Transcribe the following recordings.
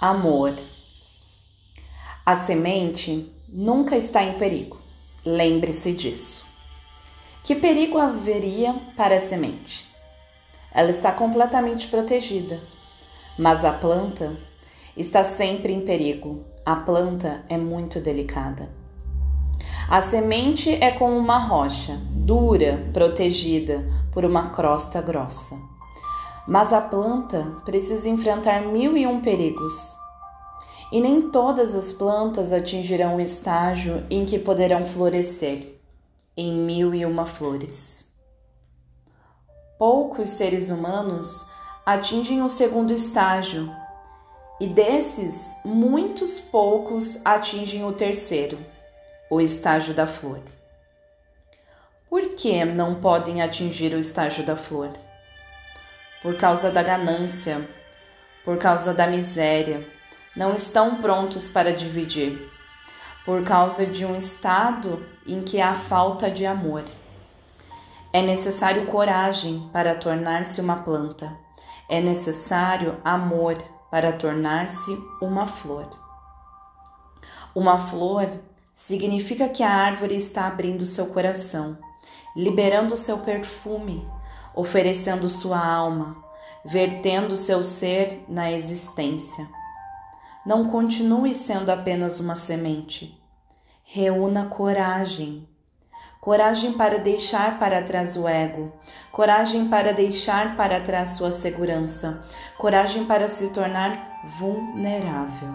Amor. A semente nunca está em perigo. Lembre-se disso. Que perigo haveria para a semente? Ela está completamente protegida. Mas a planta está sempre em perigo. A planta é muito delicada. A semente é como uma rocha, dura, protegida por uma crosta grossa. Mas a planta precisa enfrentar 1001 perigos. E nem todas as plantas atingirão o estágio em que poderão florescer, em 1001 flores. Poucos seres humanos atingem o segundo estágio, e desses, muitos poucos atingem o terceiro, o estágio da flor. Por que não podem atingir o estágio da flor? Por causa da ganância, por causa da miséria, não estão prontos para dividir, por causa de um estado em que há falta de amor. É necessário coragem para tornar-se uma planta, é necessário amor para tornar-se uma flor. Uma flor significa que a árvore está abrindo seu coração, liberando seu perfume, oferecendo sua alma, vertendo seu ser na existência. Não continue sendo apenas uma semente. Reúna coragem. Coragem para deixar para trás o ego. Coragem para deixar para trás sua segurança. Coragem para se tornar vulnerável.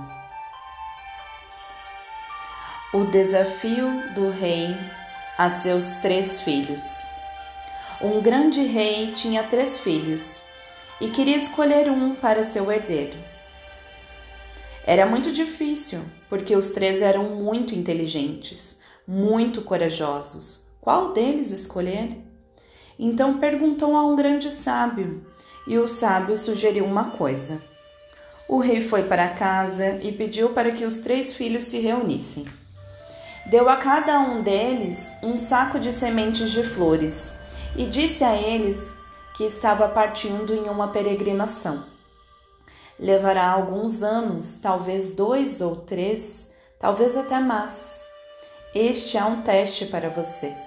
O desafio do rei a seus 3 filhos. Um grande rei tinha 3 filhos e queria escolher um para seu herdeiro. Era muito difícil, porque os 3 eram muito inteligentes, muito corajosos. Qual deles escolher? Então perguntou a um grande sábio, e o sábio sugeriu uma coisa. O rei foi para casa e pediu para que os 3 filhos se reunissem. Deu a cada um deles um saco de sementes de flores e disse a eles que estava partindo em uma peregrinação. Levará alguns anos, talvez 2 ou 3, talvez até mais. Este é um teste para vocês.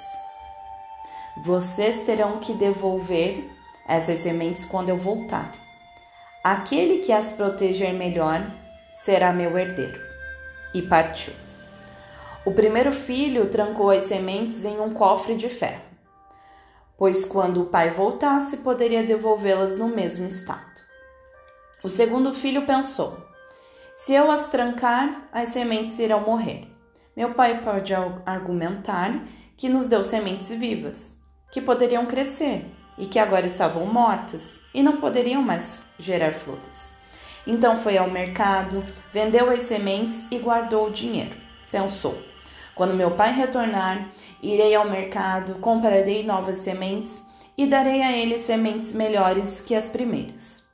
Vocês terão que devolver essas sementes quando eu voltar. Aquele que as proteger melhor será meu herdeiro. E partiu. O primeiro filho trancou as sementes em um cofre de ferro, pois quando o pai voltasse, poderia devolvê-las no mesmo estado. O segundo filho pensou: se eu as trancar, as sementes irão morrer. Meu pai pode argumentar que nos deu sementes vivas, que poderiam crescer e que agora estavam mortas e não poderiam mais gerar flores. Então foi ao mercado, vendeu as sementes e guardou o dinheiro. Pensou: quando meu pai retornar, irei ao mercado, comprarei novas sementes e darei a ele sementes melhores que as primeiras.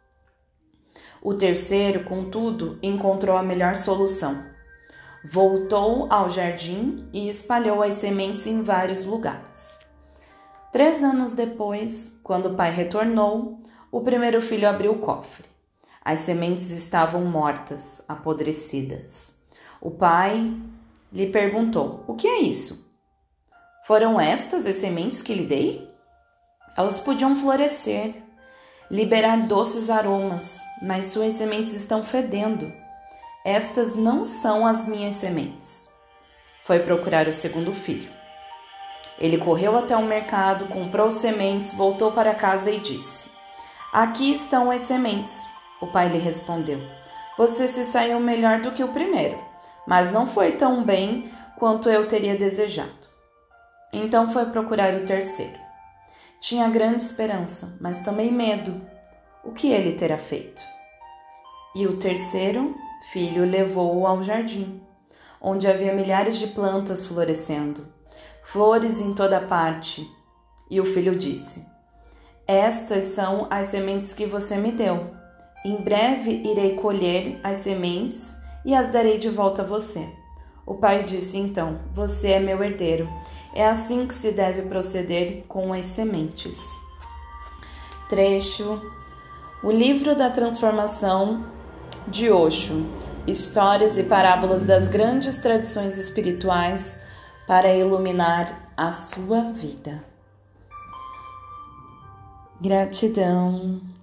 O terceiro, contudo, encontrou a melhor solução. Voltou ao jardim e espalhou as sementes em vários lugares. 3 anos depois, quando o pai retornou, o primeiro filho abriu o cofre. As sementes estavam mortas, apodrecidas. O pai lhe perguntou: o que é isso? Foram estas as sementes que lhe dei? Elas podiam florescer, liberar doces aromas, mas suas sementes estão fedendo. Estas não são as minhas sementes. Foi procurar o segundo filho. Ele correu até o mercado, comprou sementes, voltou para casa e disse: aqui estão as sementes. O pai lhe respondeu: você se saiu melhor do que o primeiro, mas não foi tão bem quanto eu teria desejado. Então foi procurar o terceiro. Tinha grande esperança, mas também medo. O que ele terá feito? E o terceiro filho levou-o ao jardim, onde havia milhares de plantas florescendo, flores em toda parte. E o filho disse: estas são as sementes que você me deu. Em breve irei colher as sementes e as darei de volta a você. O pai disse então: você é meu herdeiro. É assim que se deve proceder com as sementes. Trecho: o livro da transformação de Osho, histórias e parábolas das grandes tradições espirituais para iluminar a sua vida. Gratidão.